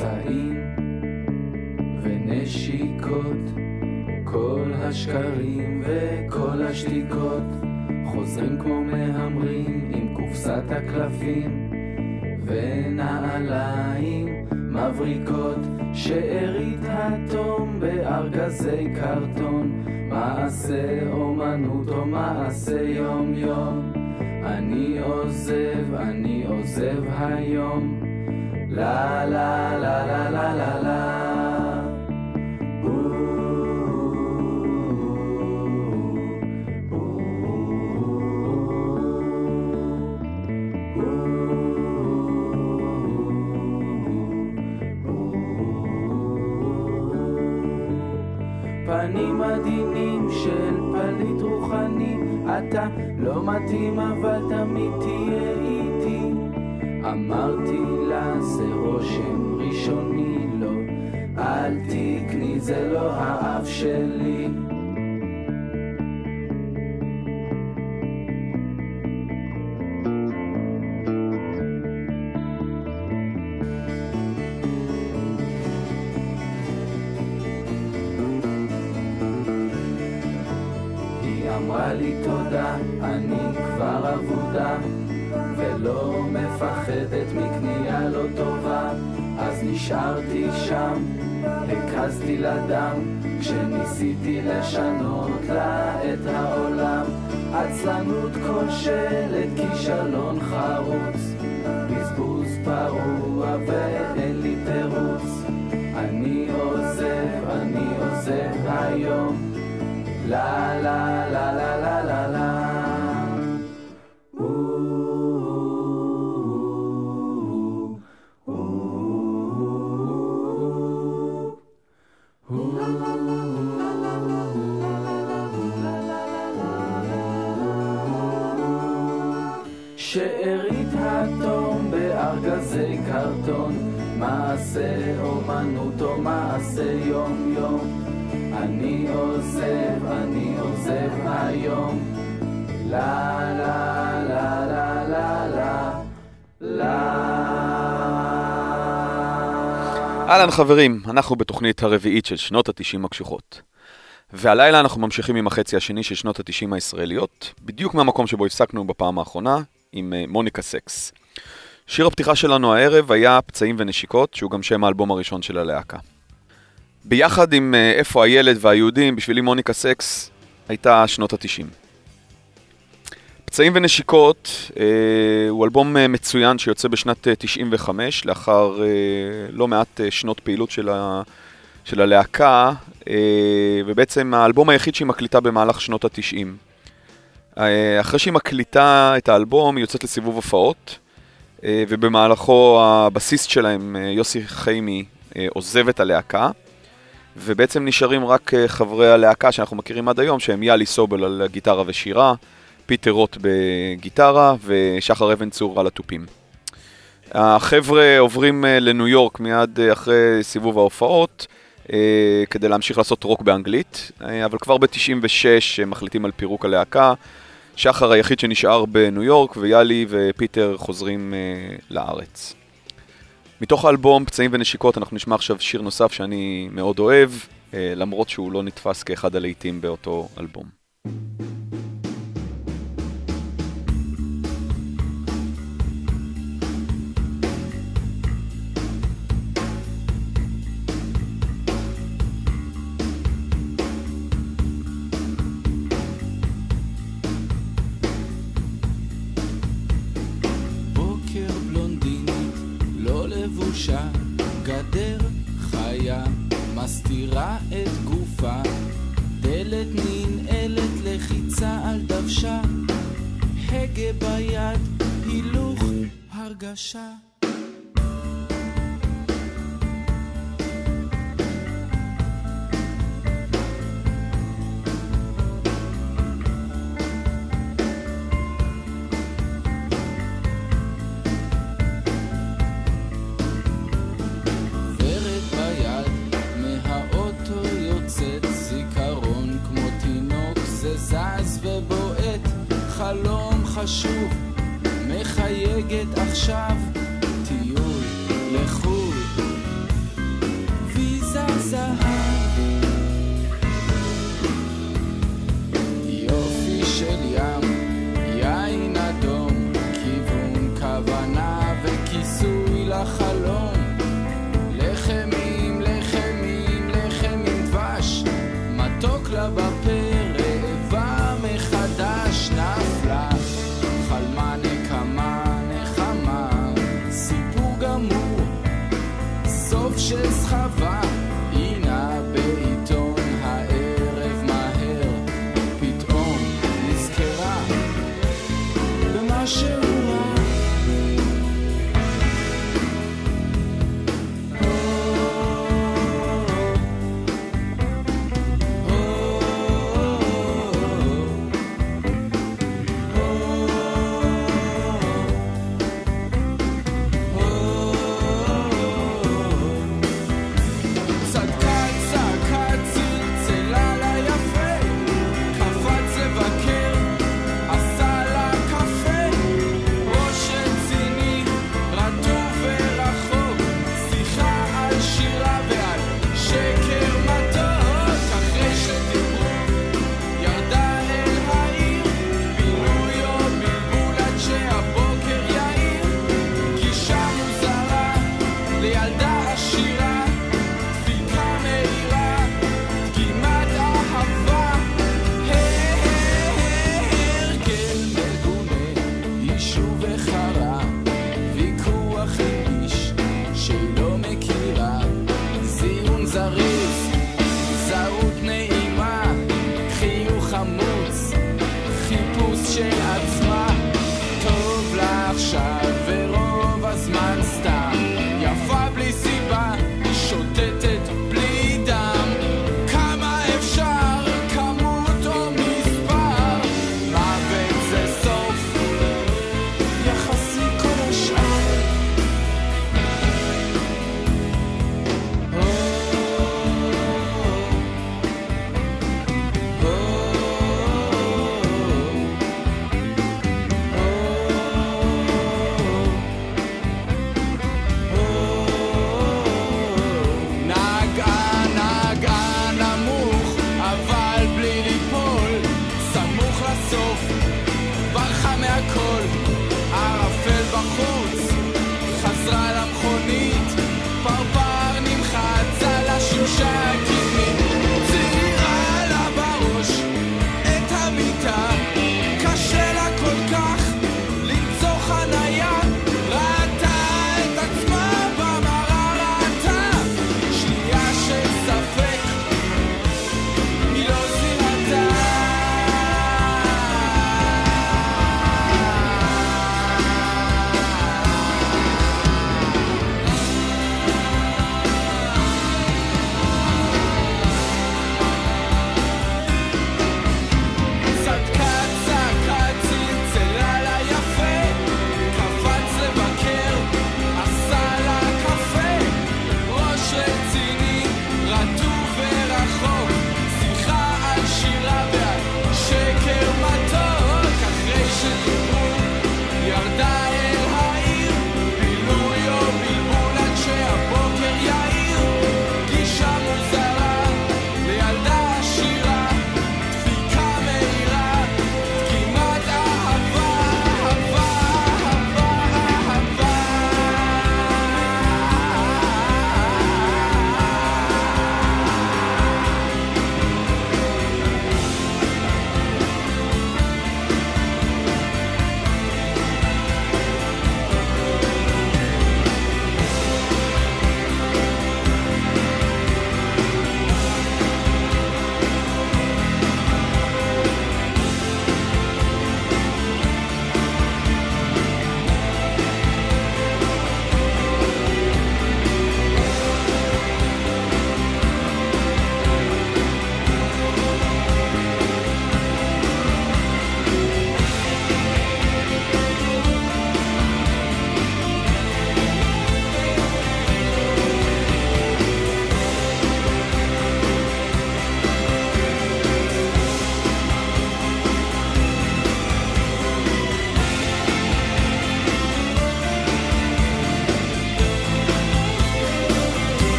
פצעים ונשיקות, כל השקרים וכל השתיקות חוזרים כמו מהמרים עם קופסת הקלפים ונעליים מבריקות, שארית התום בארגזי קרטון, מעשה אומנות או מעשה יום יום. אני עוזב היום, לה לה לה לה לה לה לה. פנים עדינים של פליט רוחני, אתה לא מתאים אבל תמיד תהיה איתי. אמרתי לה זה רושם ראשוני, לא אל תקני, זה לא האף שלי. אמרה לי תודה, אני כבר עבודה ולא מפחדת מקנייה לא טובה. אז נשארתי שם, הקזתי לדם כשניסיתי לשנות לה את העולם. עצלנות כושלת, כישלון חרוץ, בזבוז פרוע ואין לי תירוץ. אני עוזב היום, לה לה לה לה לה לה לה. שארית התום בארגזי קרטון, מעשה אומנות או מעשה יום יום. אני עוזב היום, לה לה לה לה לה לה. אהלן חברים, אנחנו בתוכנית הרביעית של שנות ה-90 הקשוחות. והלילה אנחנו ממשיכים עם החצי השני של שנות ה-90 הישראליות, בדיוק מהמקום שבו הפסקנו בפעם האחרונה, עם מוניקה סקס. שיר הפתיחה שלנו הערב היה פצעים ונשיקות, שהוא גם שם האלבום הראשון של הלהקה. ביחד עם איפה הילד והיהודים, בשבילי מוניקה סקס הייתה שנות ה-90. פצעים ונשיקות הוא אלבום מצוין שיוצא בשנת 95, לאחר לא מעט שנות פעילות של הלהקה, ובעצם האלבום היחיד שהיא מקליטה במהלך שנות ה-90. אחרי שהיא מקליטה את האלבום, היא יוצאת לסיבוב הופעות, ובמהלכו הבסיסט שלהם, יוסי חיימי, עוזב את הלהקה, ובעצם נשארים רק חברי הלהקה שאנחנו מכירים עד היום, שהם יאלי סובל על גיטרה ושירה, פיטר רוט בגיטרה ושחר אבן צור על התופים. החבר'ה עוברים לניו יורק מיד אחרי סיבוב ההופעות, כדי להמשיך לעשות רוק באנגלית, אבל כבר ב-96 מחליטים על פירוק הלהקה. שחר היחיד שנשאר בניו יורק, ויאלי ופיטר חוזרים לארץ. מתוך האלבום פצעים ונשיקות אנחנו נשמע עכשיו שיר נוסף שאני מאוד אוהב, למרות שהוא לא נתפס כאחד הלהיטים באותו אלבום. גדר חיה מסתירה את גופה, דלת ננעלת לחיצה על דוושה, הגה ביד, הילוך, הרגשה. חלום חשוב מחייגת עכשיו, טיול לחול זהב, יופי של ים, יין אדום, כיוון כוונה וכיסוי לחלום, לחמים, לחמים, לחם עם דבש, מתוק לה בפה, רעבה מחדש, נפלה, חלמה נקמה, נחמה, סיפור גמור, סוף של סחבה, הנה בעיתון הערב מהר, פתאום נזכרה במה שהוא רע.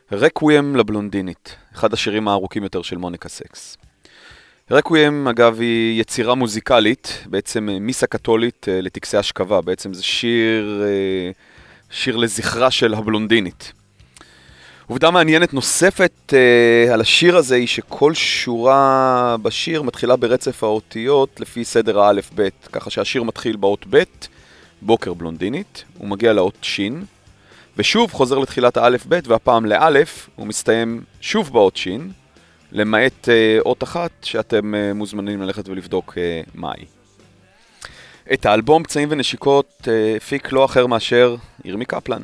רקוויאם לבלונדינית, אחד השירים הארוכים יותר של מוניקה סקס. רקוויאם, אגב, היא יצירה מוזיקלית, בעצם מיסה קתולית לטקסי השכבה, בעצם זה שיר לזכרה של הבלונדינית. עובדה מעניינת נוספת על השיר הזה היא שכל שורה בשיר מתחילה ברצף האותיות לפי סדר האלף בית, ככה שהשיר מתחיל באות בית, בוקר בלונדינית, הוא מגיע לאות שין, ושוב חוזר לתחילת האלף בית, והפעם לאלף, הוא מסתיים שוב באות שין, למעט אות אחת שאתם מוזמנים ללכת ולבדוק מהי. את האלבום פצעים ונשיקות הפיק לא אחר מאשר ירמי קפלן.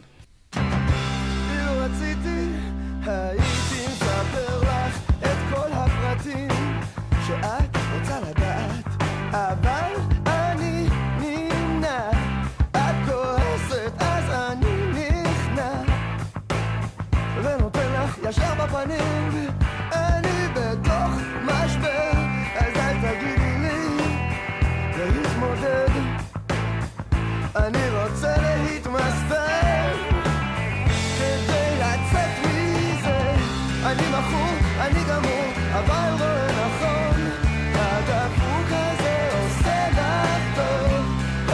ישר בפנים, אני בתוך משבר, אז אל תגידי לי להתמודד, אני רוצה להתמסדר כדי לצאת מזה, אני מכור, אני גמור, אבל רואה נכון, הדפוק הזה עושה לך טוב,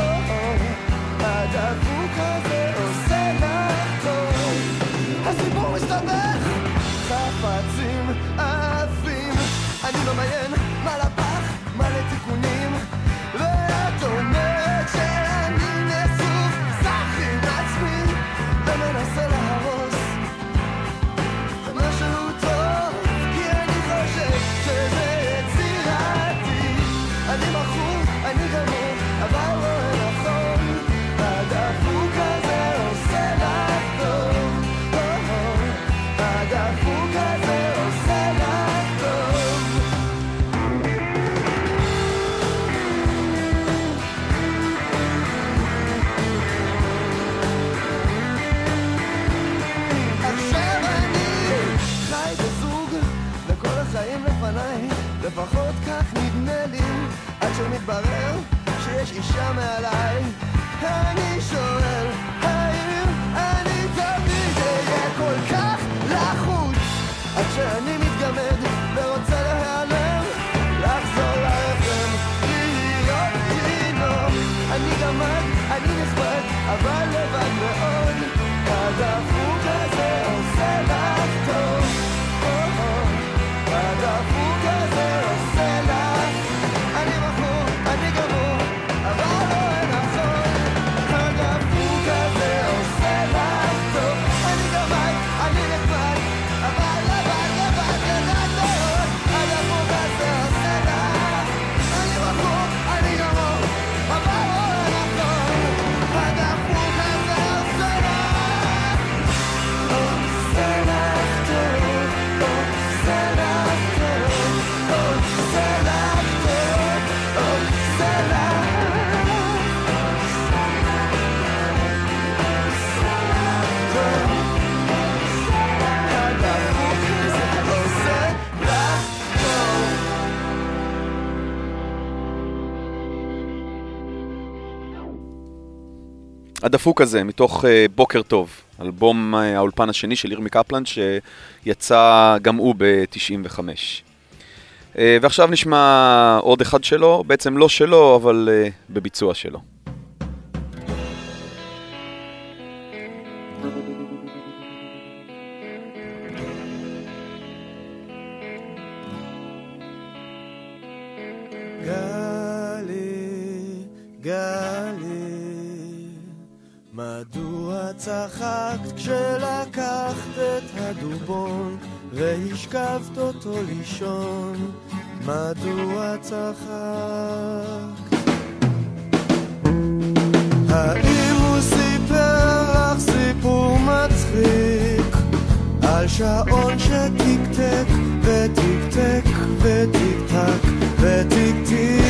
הדפוק הזה עושה לך טוב, הסיפור מסתבך חפצים עפים, אני לא מיין מה לפח, מה לתיקונים, ואת אומרת שאני נסוף סחי עם עצמי ומנסה להרוס משהו טוב, כי אני חושב שזה יצירתי, אני מכור, אני גמור, אבל לא נכון, הדפוק הזה עושה לך טוב, הדפוק הזה עושה לך טוב. עכשיו אני חי בזוג וכל החיים לפניי, לפחות כך נדמה לי, עד שמתברר שיש אישה מעליי, אני שואל האם אני תמיד אהיה כל כך לחוץ, עד שאני מתגמד ורוצה להיעלם, לחזור לרחם, להיות תינוק, אני גמד, אני נכבד, אבל לבד מאוד, הדפוק הזה עושה לך טוב, הדפוק הזה עושה לך, אני מכור, אני גמור, אבל לא נכון, הדפוק הזה עושה לך טוב, אני גמד, אני נכבד, אבל לבד, לבד מאוד, הדפוק הזה עושה לך, אני מכור, אני גמור, אבל לא נכון, הדפוק הזה עושה לך, עושה לך טוב, עושה לך טוב, עושה לך טוב, עושה לך הדפוק הזה מתוך בוקר טוב, אלבום האולפן השני של ירמי קפלן שיצא גם הוא ב-95. ועכשיו נשמע עוד אחד שלו, בעצם לא שלו אבל בביצוע שלו. גלי, מדוע צחקת כשלקחת את הדובון והשכבת אותו לישון? מדוע צחקת? האם הוא סיפר לך סיפור מצחיק על שעון שתקתק ותקתק ותקתק ותקתק?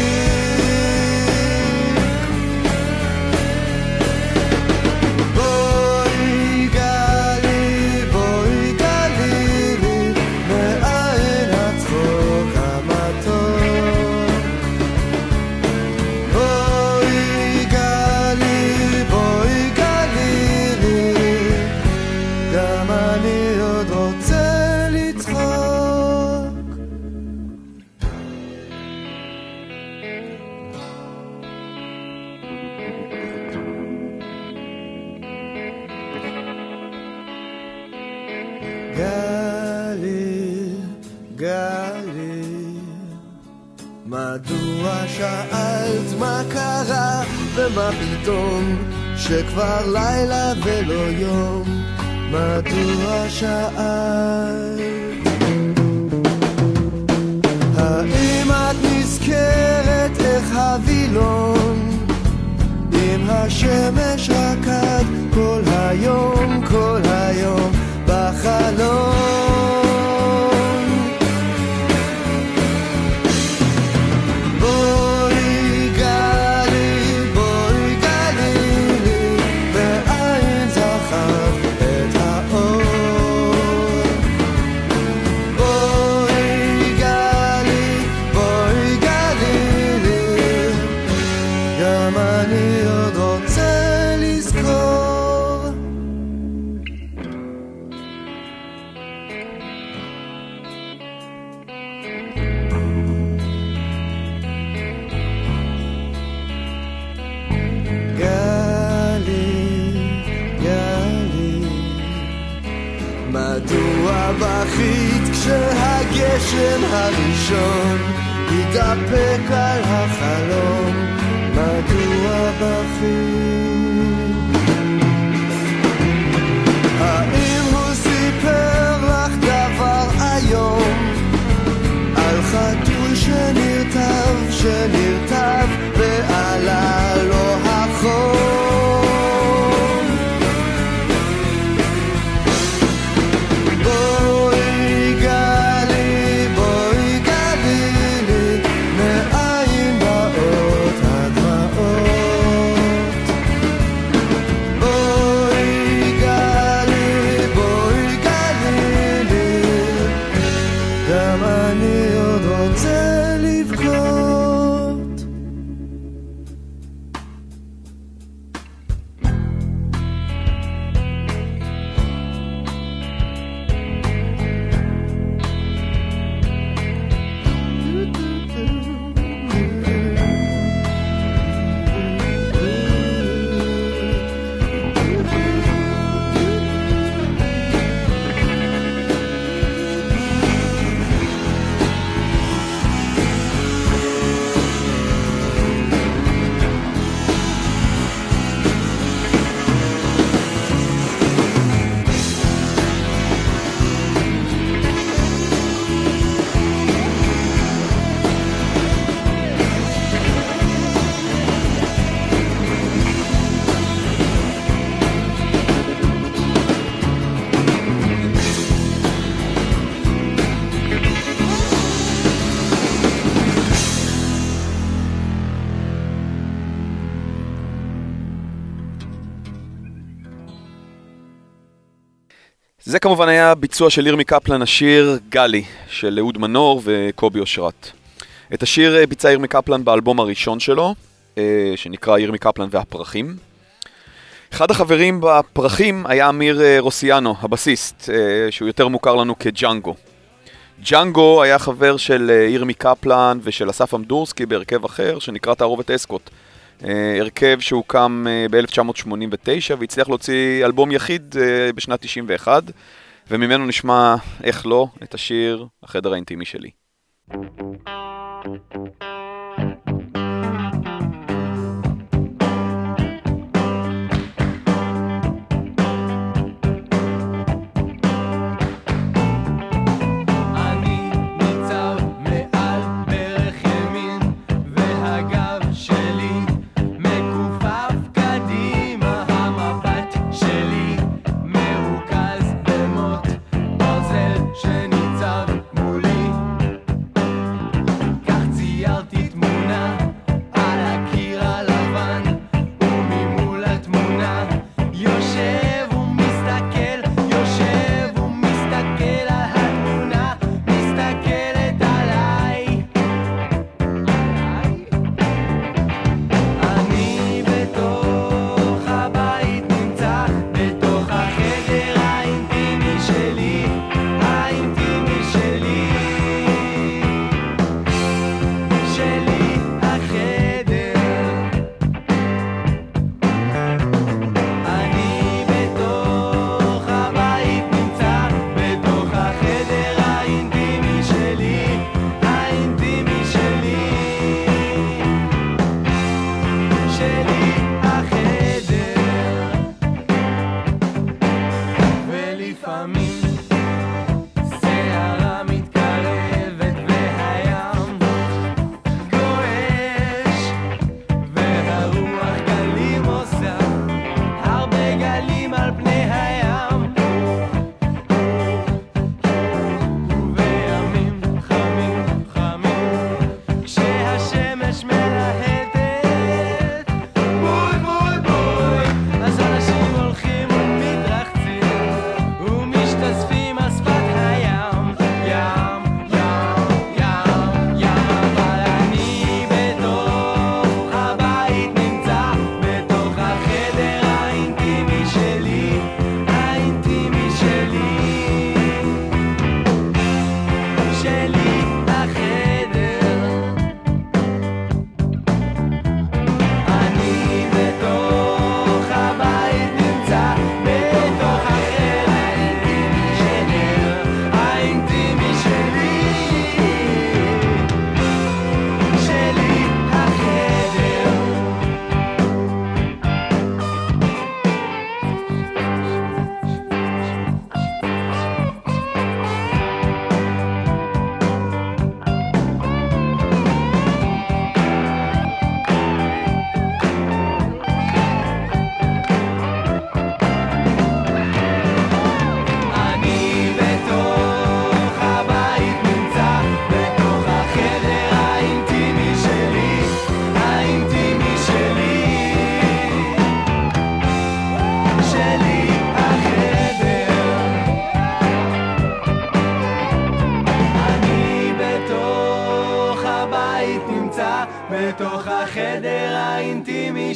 מדוע שאלת מה קרה ומה פתאום שכבר לילה ולא יום? מדוע שאלת? האם את נזכרת איך הווילון עם השמש רקד כל היום בחלום? בואי גלי לי בעין זכר את האור. בואי גלי לי גם אני עוד רוצה לזכור. גלי, מדוע בכית כשהגשם הראשון התדפק על החלום? מדוע בכית? האם הוא סיפר לך דבר היום על חתול שנרטב ועלה לו החום? בואי גלי לי מאין באות הדמעות. בואי גלי לי גם אני עוד רוצה לבכות. זה כמובן היה ביצוע של ירמי קפלן, השיר גלי של אהוד מנור וקובי אושרת. את השיר ביצע ירמי קפלן באלבום הראשון שלו, שנקרא ירמי קפלן והפרחים. אחד החברים בפרחים היה אמיר רוסיאנו, הבסיסט, שהוא יותר מוכר לנו כג'אנגו. ג'אנגו היה חבר של ירמי קפלן ושל אסף אמדורסקי בהרכב אחר שנקרא תערובת אסקוט. הרכב שהוקם ב-1989 והצליח להוציא אלבום יחיד בשנת 91, וממנו נשמע, איך לא, את השיר החדר האינטימי שלי. שניצב מולי, כך ציירתי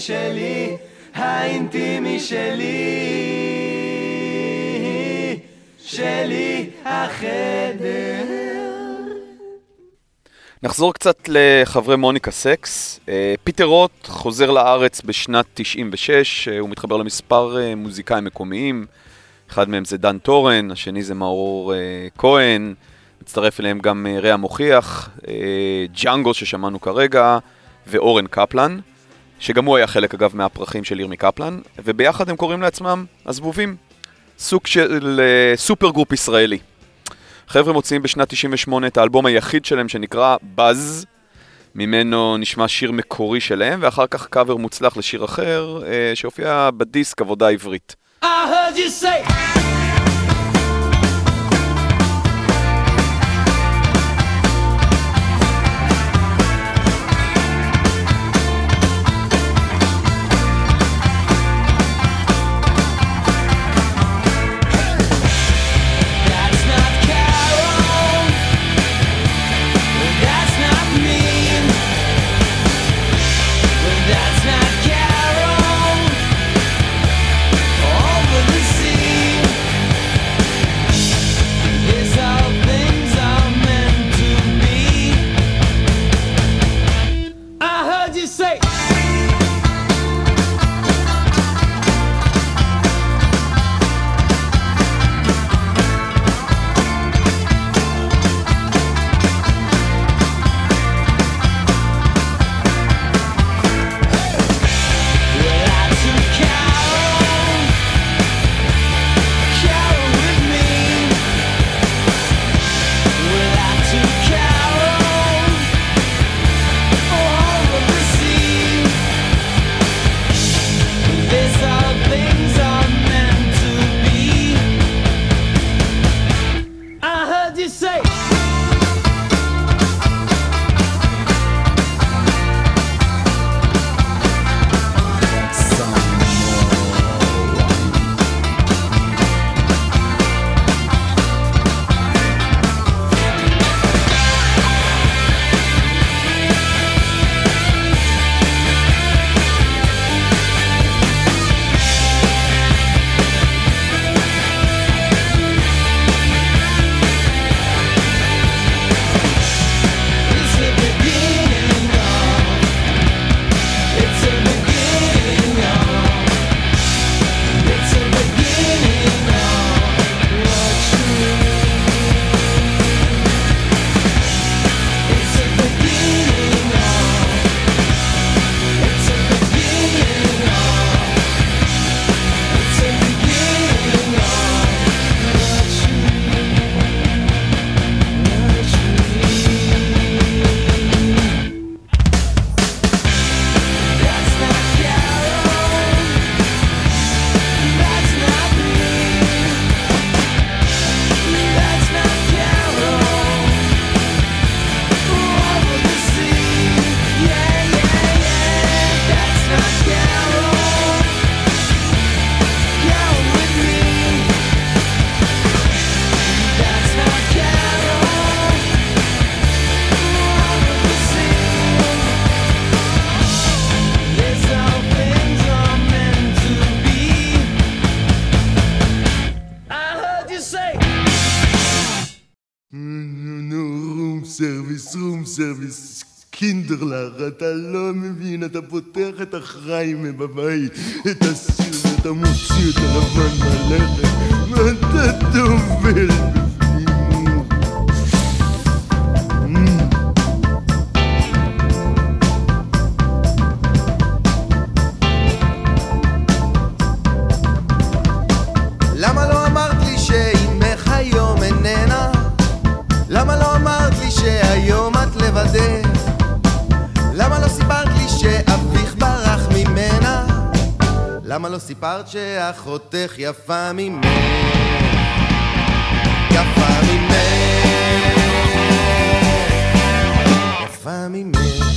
שלי, האינטימי שלי, שלי החדר. נחזור קצת לחברי מוניקה סקס. פיטר רוט חוזר לארץ בשנת 96, הוא מתחבר למספר מוזיקאים מקומיים, אחד מהם זה דן טורן, השני זה מאור כהן, מצטרף אליהם גם רע מוכיח, ג'אנגו ששמענו כרגע, ואורן קפלן, שגם הוא היה חלק אגב מהפרחים של ירמי קפלן, וביחד הם קוראים לעצמם הזבובים, סוג של סופר גרופ ישראלי. חבר'ה מוציאים בשנת 98 את האלבום היחיד שלהם שנקרא באז, ממנו נשמע שיר מקורי שלהם, ואחר כך קאבר מוצלח לשיר אחר, שהופיע בדיסק עבודה עברית. I heard you say רום סרוויס, קינדרלר, אתה לא מבין, אתה פותח את החיים בבית, את הסיר ואתה מוציא את הלבן מהלחם, ואתה טובל בפנים. למה לא אמרת לי שאימך היום איננה? למה לא אמרת לי שהיום את לבדך? למה לא סיפרת לי שאביך ברח ממנה? למה לא סיפרת שאחותך יפה ממך? יפה ממך, יפה ממך.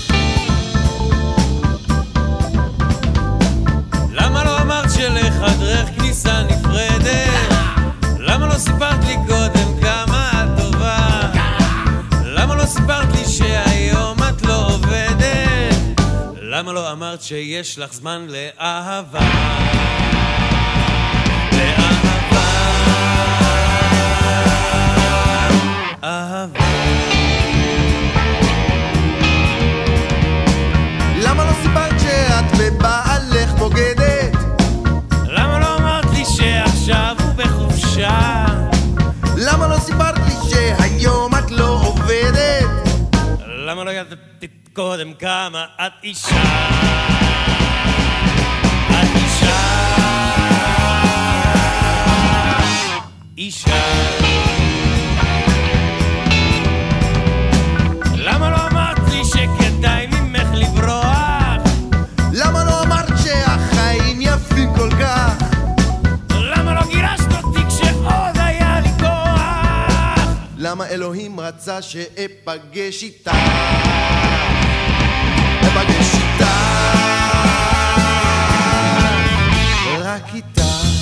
למה לא אמרת שלך דרך כניסה נפרדת? למה לא סיפרת לי קודם כמה את טובה? למה לא סיפרת לי שהיום את לא עובדת? למה לא לא אמרת שיש לך זמן לאהבה? לאהבה, אהבה. למה לא סיפרת שאת בבעלך בוגדת? למה לא אמרת לי שעכשיו הוא בחופשה? למה לא סיפרת לי שהיום את לא עובדת? למה לא ידעתי קודם כמה את אישה? את אישה, אישה. למה לא אמרת לי שכדאי ממך לברוח? למה לא אמרת שהחיים יפים כל כך? למה לא גירשת אותי כשעוד היה לי כוח? למה אלוהים רצה שאפגש איתה? אפגש איתה, רק איתה.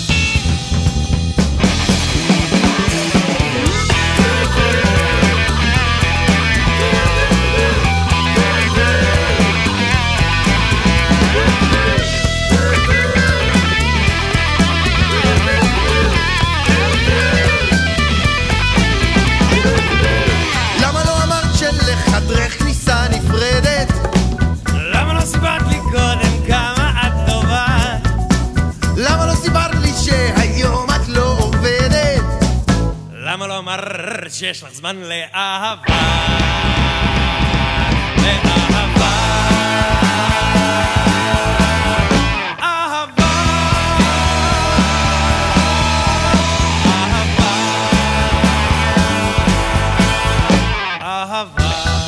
למה לא אמרת שלחדרך כניסה נפרדת? למה לא סיפרת לי קודם כמה את טובה? למה לא סיפרת לי שהיום את לא עובדת? למה לא אמרת שיש לך זמן לאהבה? לאהבה, אהבה, אהבה, אהבה.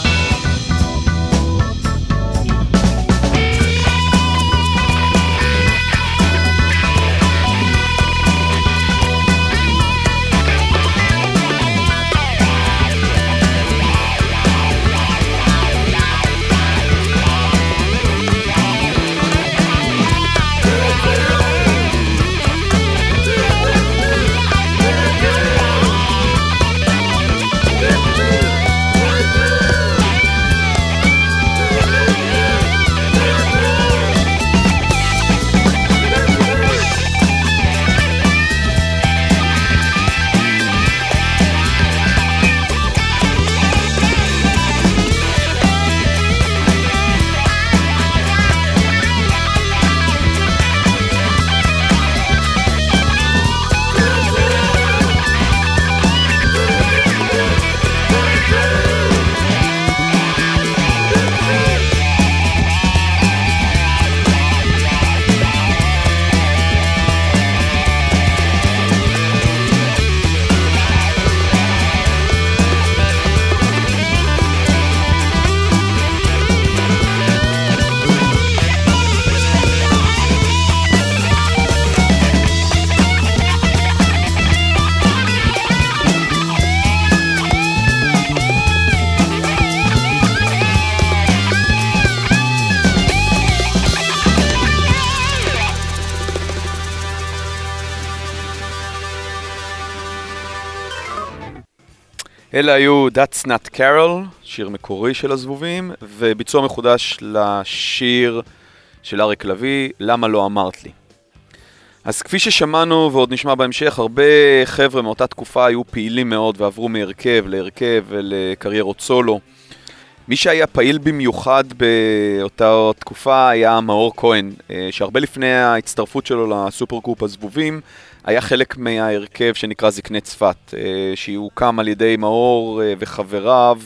אלה היו That's Not Carol, שיר מקורי של הזבובים, וביצוע מחודש לשיר של אריק לביא, למה לא אמרת לי. אז כפי ששמענו ועוד נשמע בהמשך, הרבה חבר'ה מאותה תקופה היו פעילים מאוד ועברו מהרכב להרכב ולקריירות סולו. מי שהיה פעיל במיוחד באותה תקופה היה מאור כהן, שהרבה לפני ההצטרפות שלו לסופר גרופ הזבובים, היה חלק מההרכב שנקרא זקני צפת, שהוקם על ידי מאור וחבריו,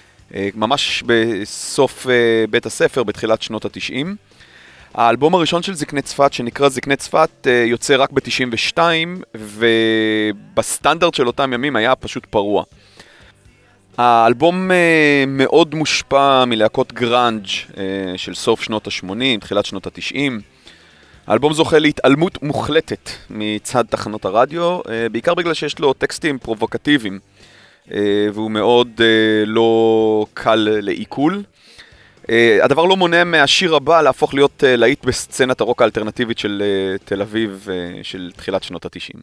ממש בסוף בית הספר, בתחילת שנות ה-90. האלבום הראשון של זקני צפת, שנקרא זקני צפת, יוצא רק ב-92, ובסטנדרט של אותם ימים היה פשוט פרוע. האלבום מאוד מושפע מלהקות גראנג' של סוף שנות ה-80, תחילת שנות ה-90. האלבום זוכה להתעלמות מוחלטת מצד תחנות הרדיו, בעיקר בגלל שיש לו טקסטים פרובוקטיביים, והוא מאוד לא קל לעיכול. הדבר לא מונע מהשיר הבא להפוך להיות להיט בסצנת הרוק האלטרנטיבית של תל אביב של תחילת שנות ה-90.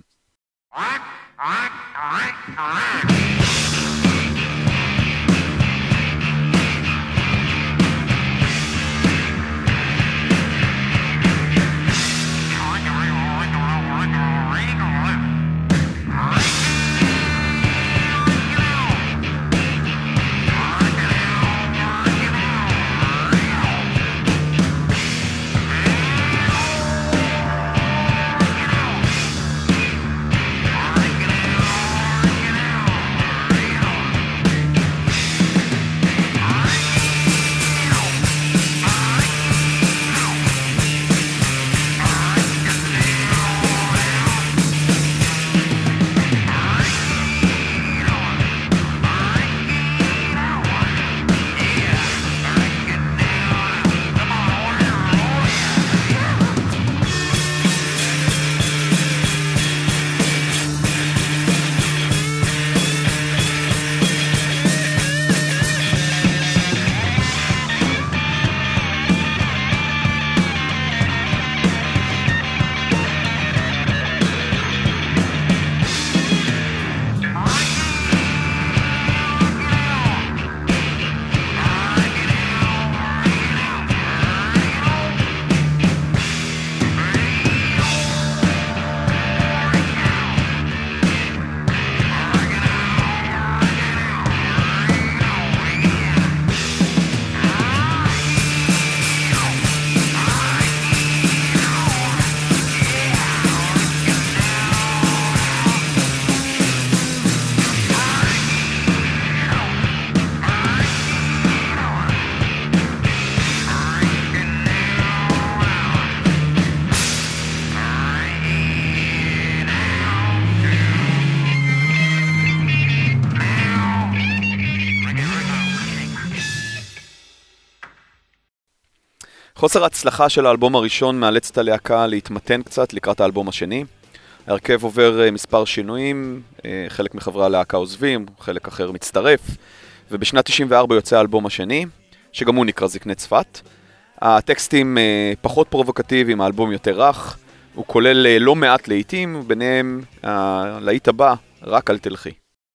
חוסר ההצלחה של האלבום הראשון מאלץ את הלהקה להתמתן קצת לקראת האלבום השני. ההרכב עובר מספר שינויים, חלק מחברי הלהקה עוזבים, חלק אחר מצטרף, ובשנת 94 יוצא האלבום השני, שגם הוא נקרא זקני צפת. הטקסטים פחות פרובוקטיביים, האלבום יותר רך, הוא כולל לא מעט להיטים, ביניהם הלהיט הבא, רק אל תלכי.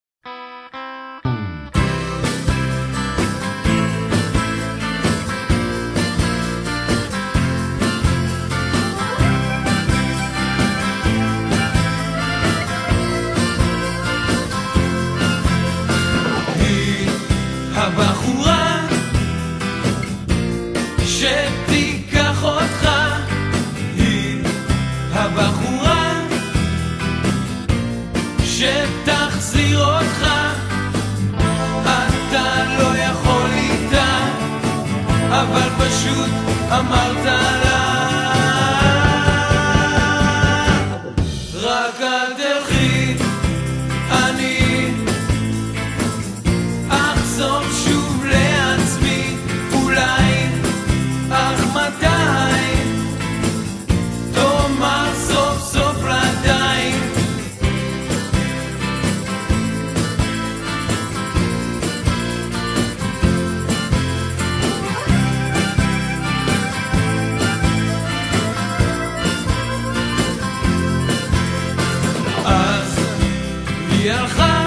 הבחורה שתיקח אותך, היא הבחורה שתחזיר אותך, אתה לא יכול איתה, אבל פשוט אמרת לה רק אל תלכי, אני אחזור שוב לעצמי, אולי, אך מתי תאמר סוף סוף לדי. אז היא הלכה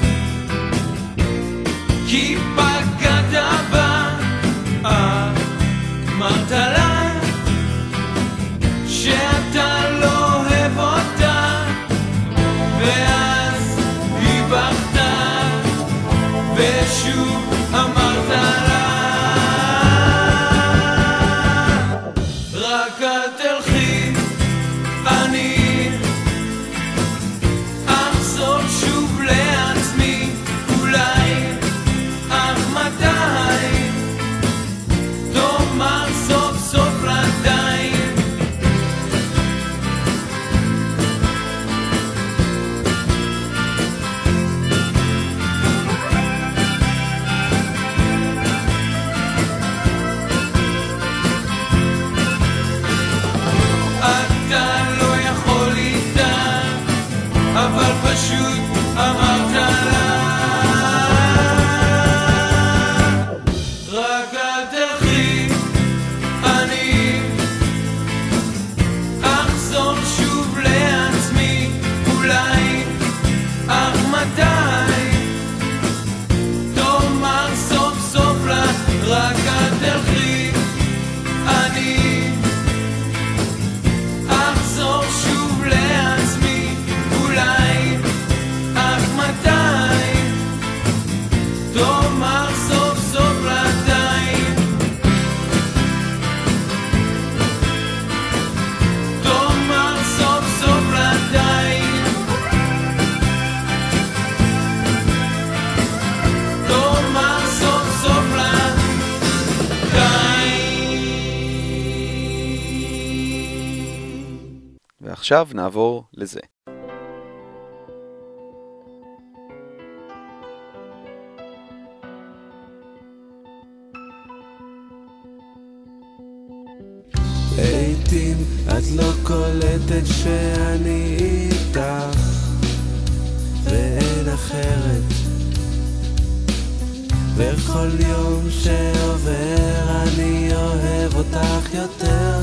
כי פגעת בה, אמרת לה שאתה לא אוהב אותה, ואז היא בכתה ושוב אמרת לה רק אל תלכי, אני אחזור שוב לעצמי, אולי, אך מתי תאמר סוף סוף לדי. אתה לא יכול איתה, אבל פשוט אמרת לה רק אל תלכי, אני אחזור שוב לעצמי, אולי, אך מתי תאמר סוף סוף לה רק אל תלכי, אני אחזור שוב לעצמי, אולי, אך מתי תאמר סוף סוף לדי. תאמר סוף סוף לדי. תאמר סוף סוף לדי. ועכשיו נעבור לזה. לעתים את לא קולטת שאני איתך ואין אחרת, וכל יום שעובר אני אוהב אותך יותר.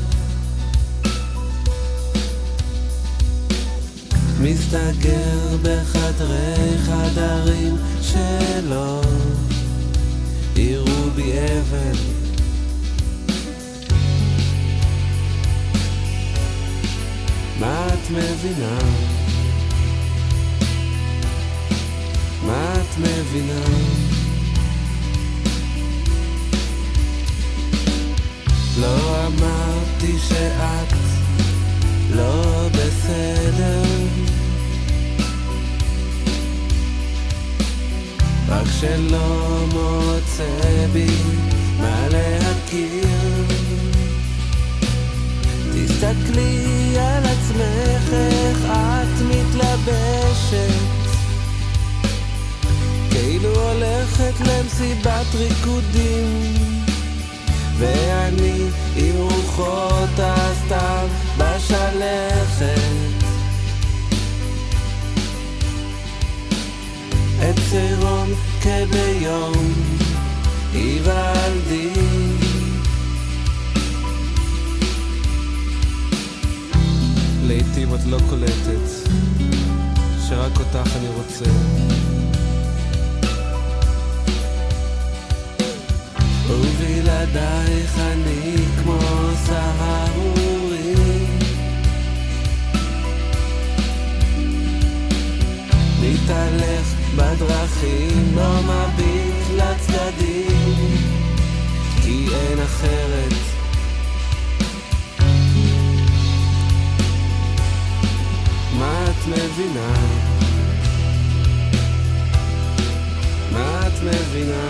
מסתגר בחדרי חדרים שלא יראו בי אבן, מה את מבינה? מה את מבינה? לא אמרתי שאת לא בסדר, רק שלא מוצא בי מה להכיר. תסתכלי על עצמך איך את מתלבשת, כאילו הולכת למסיבת ריקודים, ואני עם רוחות הסתיו בשלכת את צירון כביום היוולדי לעתים את לא קולטת שרק אותך אני רוצה ובלעדייך אני כמו סהרורי מתהלך בדרכים לא מביט לצדדים כי אין אחרת מה את מבינה? מה את מבינה?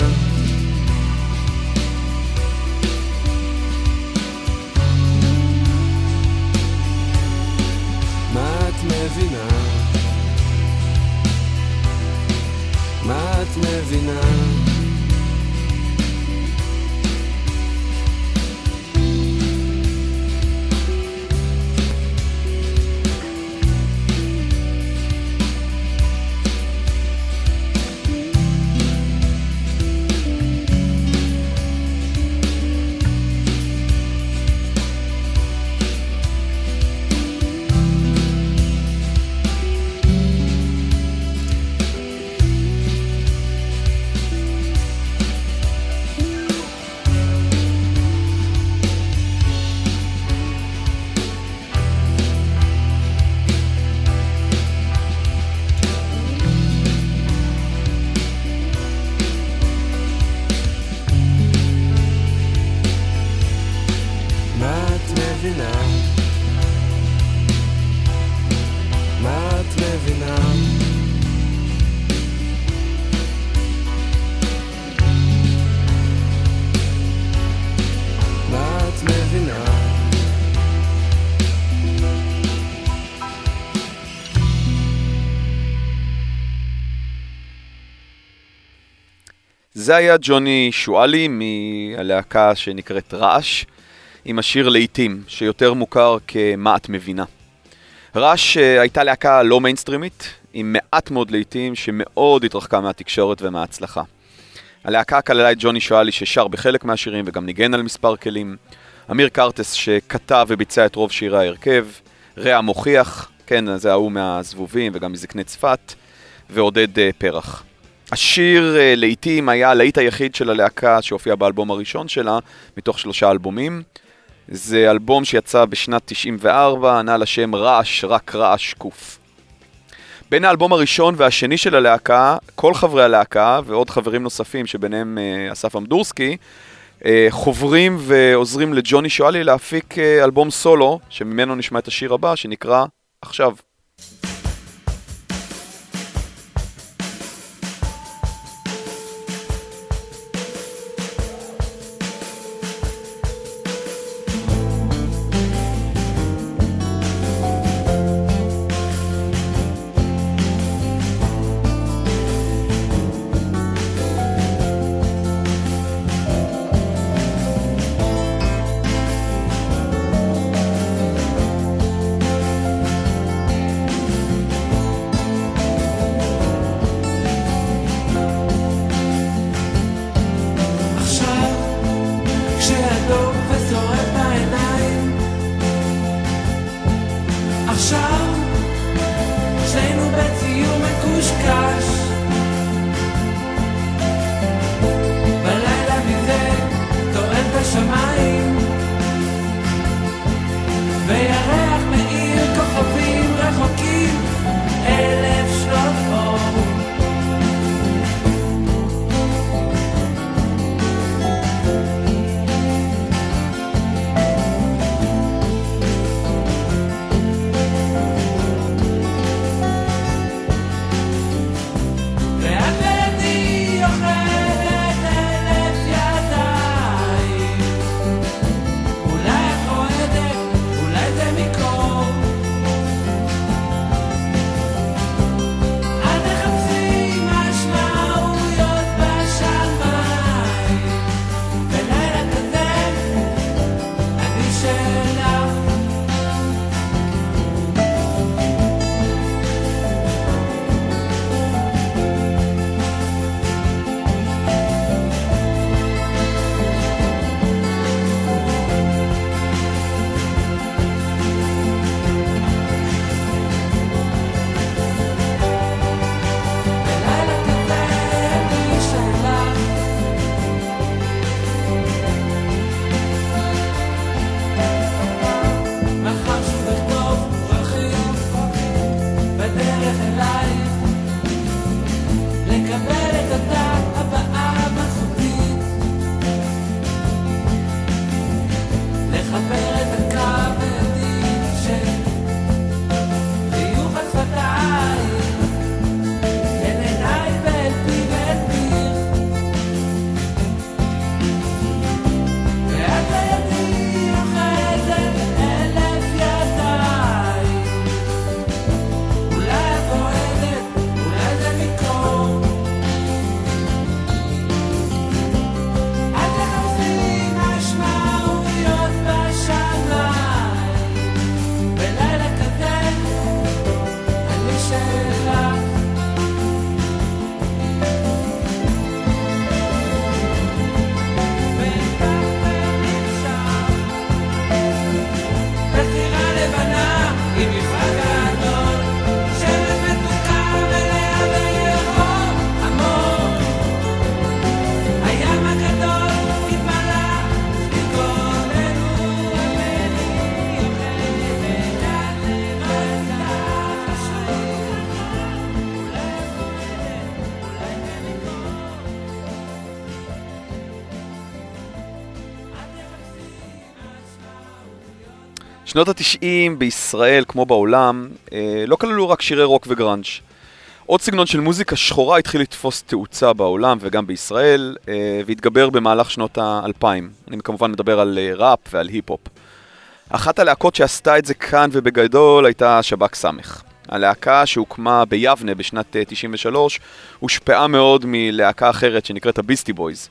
מה את מבינה? מה את מבינה? זה היה ג'וני שואלי מהלהקה שנקראת רעש, עם השיר לעיתים, שיותר מוכר כמה את מבינה. רעש הייתה להקה לא מיינסטרימית, עם מעט מאוד לעיתים שמאוד התרחקה מהתקשורת ומההצלחה. הלהקה כללה את ג'וני שואלי ששר בחלק מהשירים וגם ניגן על מספר כלים, אמיר קרטס שכתב וביצע את רוב שירי ההרכב, רע מוכיח, כן, זה ההוא מהזבובים וגם מזקני צפת, ועודד פרח. השיר לעיתים היה הלהיט היחיד של הלהקה שהופיע באלבום הראשון שלה, מתוך 3 אלבומים. זה אלבום שיצא בשנת 94, ענה לשם רעש, רק רעש קוף. בין האלבום הראשון והשני של הלהקה, כל חברי הלהקה ועוד חברים נוספים שביניהם אסף אמדורסקי, חוברים ועוזרים לג'וני שואלי להפיק אלבום סולו, שממנו נשמע את השיר הבא שנקרא עכשיו. שנות ה-90 בישראל, כמו בעולם, לא כללו רק שירי רוק וגרנג'. עוד סגנון של מוזיקה שחורה התחיל לתפוס תאוצה בעולם וגם בישראל, והתגבר במהלך שנות ה-2000. אני כמובן מדבר על ראפ ועל היפ-הופ. אחת הלהקות שעשתה את זה כאן ובגדול הייתה שב"כ סמך. הלהקה שהוקמה ביבנה בשנת 93 הושפעה מאוד מלהקה אחרת שנקראת הביסטי בויז,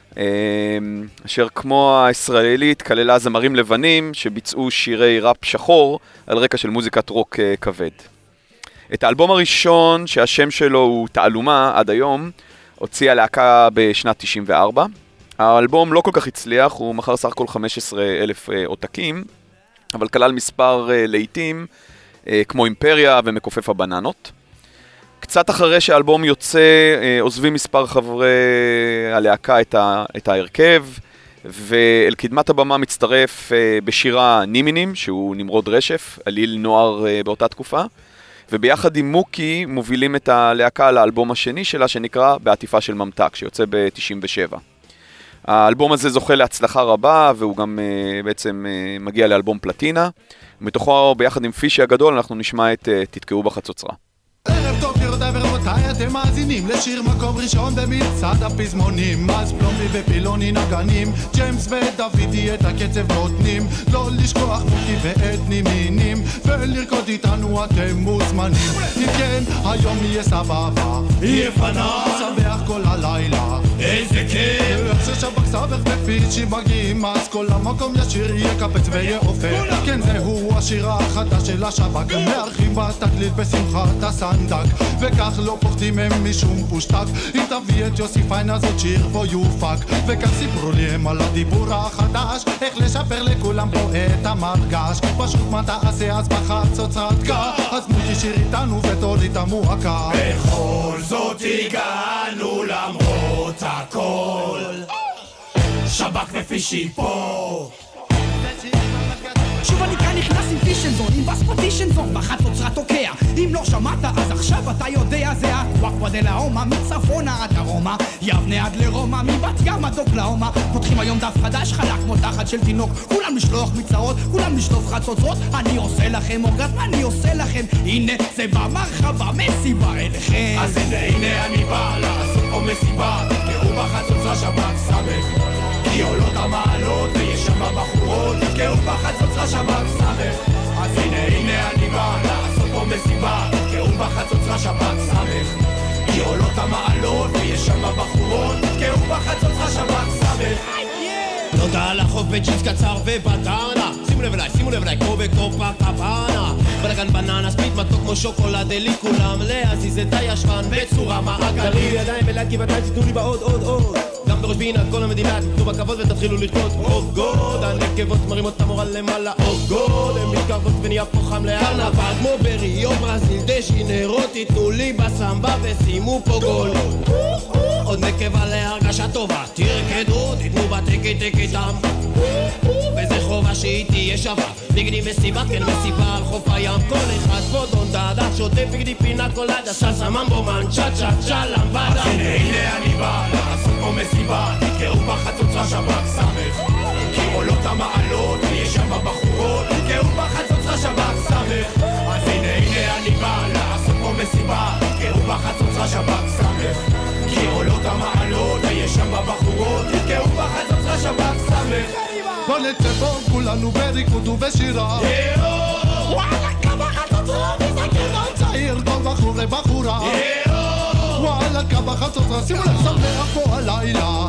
אשר כמו הישראלית כללה זמרים לבנים שביצעו שירי ראפ שחור על רקע של מוזיקת רוק כבד. את האלבום הראשון שהשם שלו הוא תעלומה עד היום הוציאה להקה בשנת 94. האלבום לא כל כך הצליח, הוא מכר סך הכל 15,000 עותקים, אבל כלל מספר לעיתים כמו אימפריה ומקופף הבננות. קצת אחרי שהאלבום יוצא, עוזבים מספר חברי הלהקה את ההרכב, ואל קדמת הבמה מצטרף בשירה נימינים, שהוא נמרוד רשף, עליל נוער באותה תקופה, וביחד עם מוקי מובילים את הלהקה לאלבום השני שלה, שנקרא בעטיפה של ממתק, שיוצא ב-97. האלבום הזה זוכה להצלחה רבה, והוא גם בעצם מגיע לאלבום פלטינה. מתוכו ביחד עם פישי הגדול אנחנו נשמע את תתקעו בחצוצרה. ערב טוב גבירותיי ורבותיי, אתם מאזינים לשיר מקום ראשון במצעד הפזמונים. אז פלומי ופילוני נגנים, ג'יימס ודוידי את הקצב נותנים. לא לשכוח מוקי ואתני מינים, ולרקוד איתנו אתם מוזמנים. אם כן, היום יהיה סבבה, יהיה פנה, שמח כל הלילה, איזה כיף. איך ששב"כ סמך ופיצ'י מגיעים, אז כל המקום ישיר יקפץ ויעופר. כן, זהו השיר החדש של השב"כ, מארחים בתקליט בשמחת הסנדק, וכך לא פוחדים הם משום פושטק. אם תביא את יוסי פיין אז עוד שיר בו יופק, וכך סיפרו לי הם על הדיבור החדש, איך לשפר לכולם פה את המרגש. פשוט מה תעשה אז בחצוצרת קה, אז מותי שיר איתנו ותוריד המועקה. בכל זאת הגענו למרות הכל, שב"כ ופישי פה. שוב אני כאן נכנס עם פישנזון, עם בספטישנזון, בחצוצרה תוקע. אם לא שמעת אז עכשיו אתה יודע, זה הוואקווה דה לאומה, מצפונה עד דרומה, יבנה עד לרומא, מבת ים עד אוקלהומה. פותחים היום דף חדש, חלק כמו תחת של תינוק, כולם לשלוח מצרות, כולם לשלוף חצוצרות. אני עושה לכם אורגזם, אני עושה לכם, הנה זה במרחבה, מסיבה אליכם. אז הנה אני בא לעשות פה מסיבה, תראו בחצוצרה שב"כ סמך, כי עולות המעלות ויש שם בחורות, תתקעו בחצוצרה שב"כ סמך. אז הנה אני בא לעשות פה מסיבה, תתקעו בחצוצרה שב"כ סמך, כי עולות המעלות ויש שם בחורות, תתקעו בחצוצרה שב"כ סמך. תודה לחוף בג'ינס קצר ובטנה, שימו לב אליי כמו בקופה קבנה, בלגן בננה ספיד מתוק כמו שוקולד אלי, כולם להזיז את הישבן בצורה מעגלית. תריעו ידיים בלעד גבעתיים, תתנו לי בעוד עוד גם בראש בינת כל המדינה, תתנו בכבוד ותתחילו לרקוד. אוף גוד, הנקבות מרימות את המורה למעלה, אוף גוד, הם מתקרבות ונהיה פה חם לארנבל כמו בריו ברזיל דה ז'ניירו, תתנו לי בסמבה ושימו פה גול. עוד נקבה להרגשה טובה, תרקדו, תתנו בתקי איתם, וזה חובה שהיא תהיה שווה. בגדי מסיבה, כן מסיבה על חוף הים, כל אחד פה דון דאדה, שוטף בגדי פינה קולדה, סלסה ממבו מן צ'ה צ'ה צ'ה למבדה. הנה אני בא לעשות פה מסיבה, תתקעו בחצוצרה שב"כ סמך, כי עולות המעלות ויש שם בחורות, תתקעו בחצוצרה שב"כ סמך. אז הנה אני בא לעשות פה מסיבה, תתקעו בחצוצרה שב"כ סמך, כי עולות המעלות ויש שם בחורות, תתקעו בחצוצרה שב"כ סמך. בוא נצא פה כולנו בריקוד ובשירה, וואלה כמה חצוצרה מסתכל על צעיר, כל בחור לבחורה, וואלה כמה חצוצרה, שימו לב, שמח פה הלילה,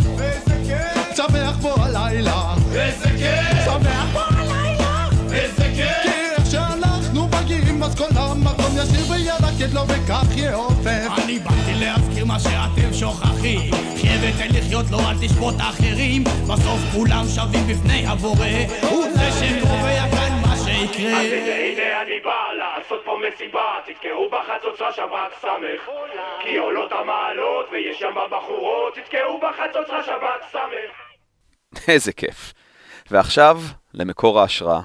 שמח פה הלילה, שמח פה הלילה, כי איך שאנחנו מגיעים אז כל המקום ישיר וירקד לו וכך יעופף. אני באתי להזכיר מה שאתם שוכחים, חיה ותן לחיות לו, אל תשפוט אחרים, בסוף כולם שווים בפני הבורא, הוא זה שקובע כאן מה שיקרה. אז הנה אני בא לעשות פה מסיבה, תתקעו בחצוצרה שב"כ סמך, כי עולות המעלות ויש שם בחורות, תתקעו בחצוצרה שב"כ סמך. איזה כיף. ועכשיו למקור ההשראה.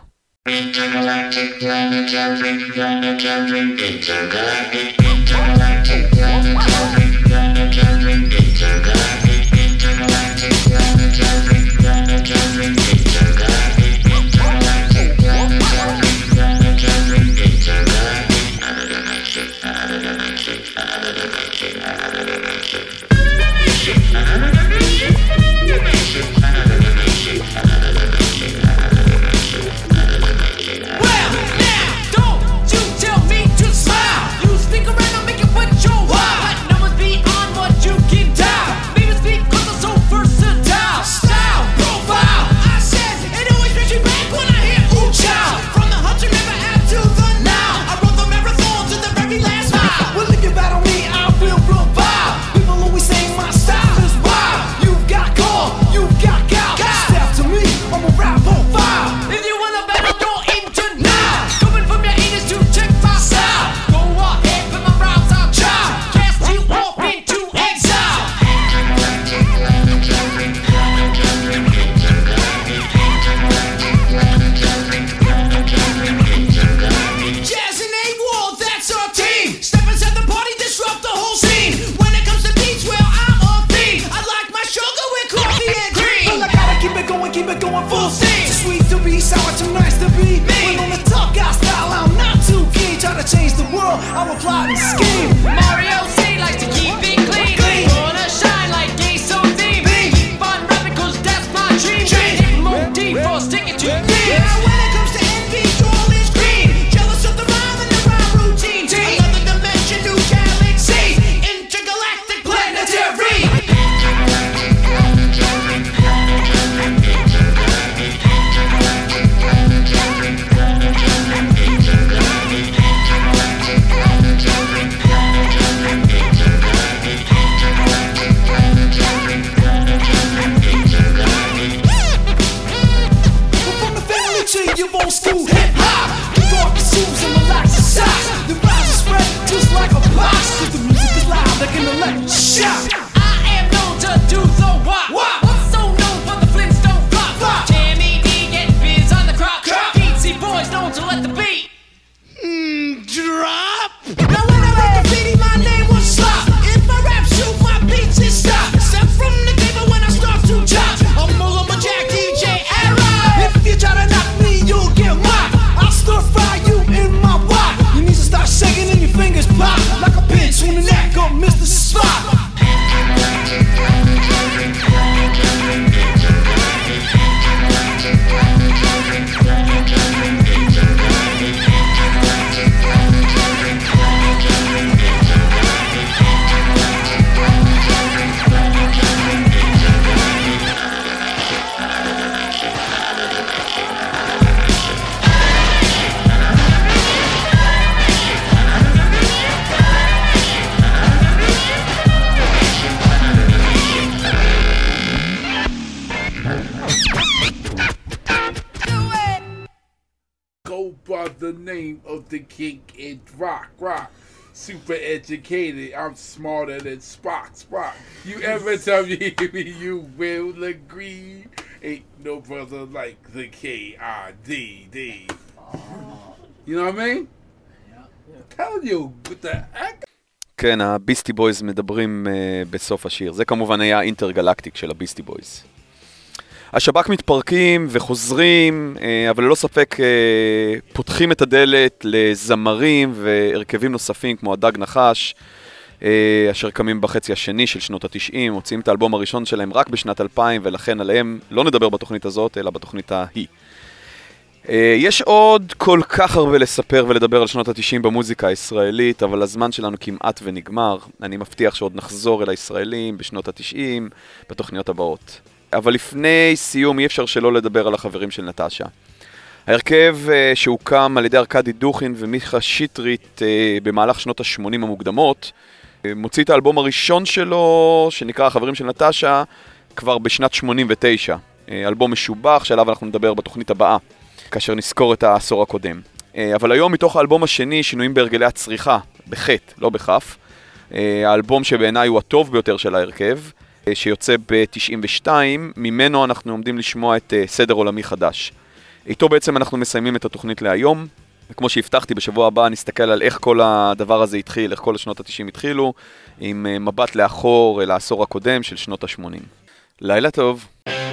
name of the king in rock. Super educated, I'm smarter than Spock. You ever tell me you will agree? Ain't no brother like the K-I-D-D. You know what I mean? Tell you, with the heck? כן, הביסטי בויז מדברים בסוף השיר. זה כמובן היה אינטרגלקטיק של הביסטי בויז. השב"כ מתפרקים וחוזרים, אבל ללא ספק פותחים את הדלת לזמרים והרכבים נוספים כמו הדג נחש, אשר קמים בחצי השני של שנות ה-90, מוצאים את האלבום הראשון שלהם רק בשנת 2000, ולכן עליהם לא נדבר בתוכנית הזאת, אלא בתוכנית ההיא. יש עוד כל כך הרבה לספר ולדבר על שנות ה-90 במוזיקה הישראלית, אבל הזמן שלנו כמעט ונגמר. אני מבטיח שעוד נחזור אל הישראלים בשנות ה-90 בתוכניות הבאות. אבל לפני סיום אי אפשר שלא לדבר על החברים של נטשה. ההרכב שהוקם על ידי ארקדי דוכין ומיכה שטרית במהלך שנות ה-80 המוקדמות, מוציא את האלבום הראשון שלו, שנקרא החברים של נטשה, כבר בשנת 89. אלבום משובח שעליו אנחנו נדבר בתוכנית הבאה, כאשר נזכור את העשור הקודם. אבל היום מתוך האלבום השני, שינויים בהרגלי הצריכה, בחטא, לא בחף, האלבום שבעיניי הוא הטוב ביותר של ההרכב, שיוצא ב-92, ממנו אנחנו עומדים לשמוע את סדר עולמי חדש. איתו בעצם אנחנו מסיימים את התוכנית להיום, וכמו שהבטחתי בשבוע הבא נסתכל על איך כל הדבר הזה התחיל, איך כל השנות ה-90 התחילו, עם מבט לאחור אל העשור הקודם של שנות ה-80. לילה טוב.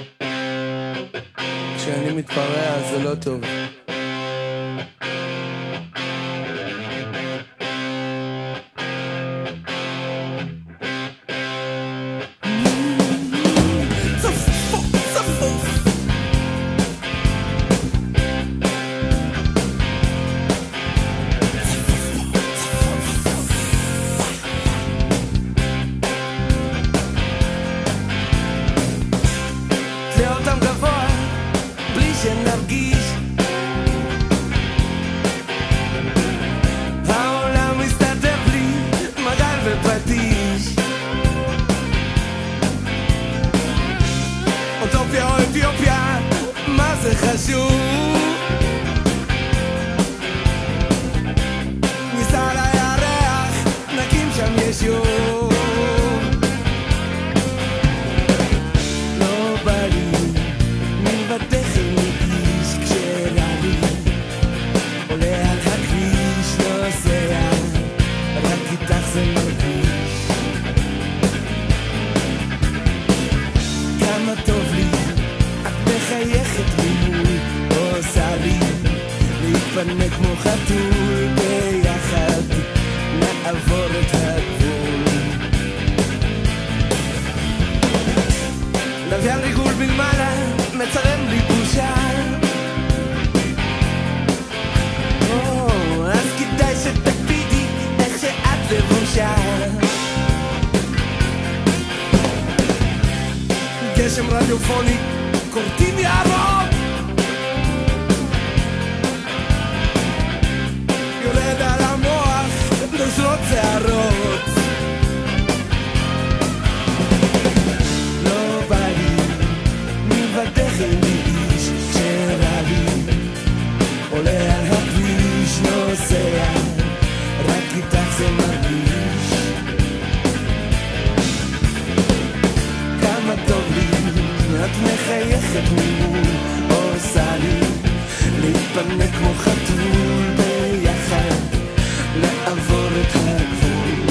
כשאני מתפרע זה לא טוב. גשם רדיופוני, קורטים יערות, יורד על המוח, נוזלות שערות. לא בא לי, מבדך לי איש, כשרע לי, עולה על הכביש, נוסע, רק איתך זה מרגיש. כמה טוב לי, את מחייכת ממול, עושה לי להתפנק כמו חתול ביחד, לעבור את הגבול.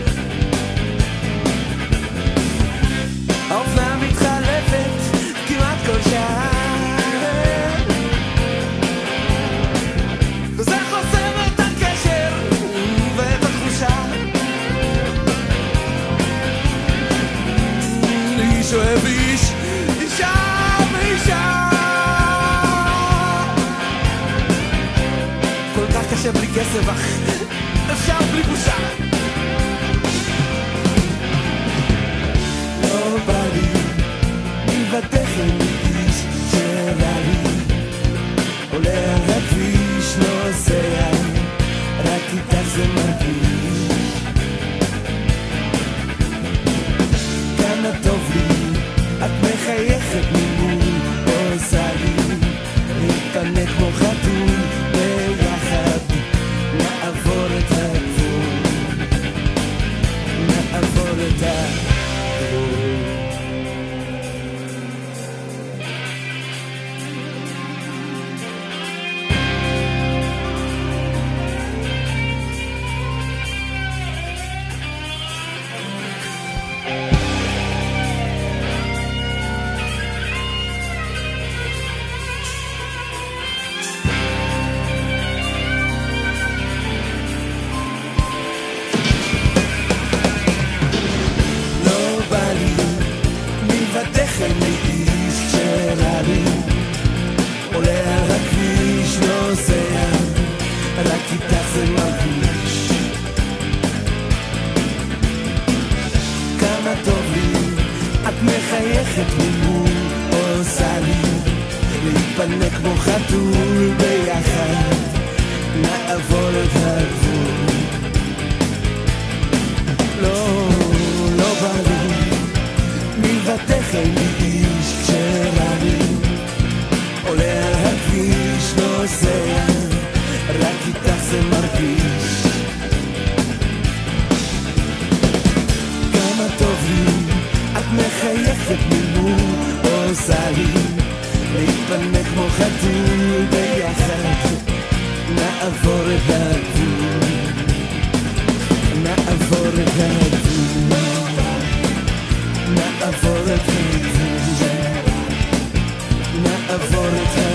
האופנה מתחלפת כמעט כל שעה, וזה חוסם את הקשר ואת התחושה. איש אוהב איש, אישה ואישה, כל כך קשה בלי כסף, אך אפשר בלי בושה. לא בא לי מבטח לי איש שרע לי, עולה על הכביש, נוסע, רק איתך זה מרגיש. כמה טוב לי, את מחייכת ממול, עושה לי להתפנק כמו חתול ביחד, רק איתך זה מרגיש כמה טוב לי, את מחייכת ממול, עושה לי להתפנק כמו חתול ביחד, נעבור את הגבול. לא, לא בא לי, מלבדך אין לי איש כשרע לי, עולה על הכביש, נוסע, רק איתך זה מרגיש כמה טוב לי, את מחייכת ממול, עושה לי להתפנק כמו חתול ביחד, נעבור את הגבול, נעבור את הגבול, נעבור את הגבול, נעבור את הגבול.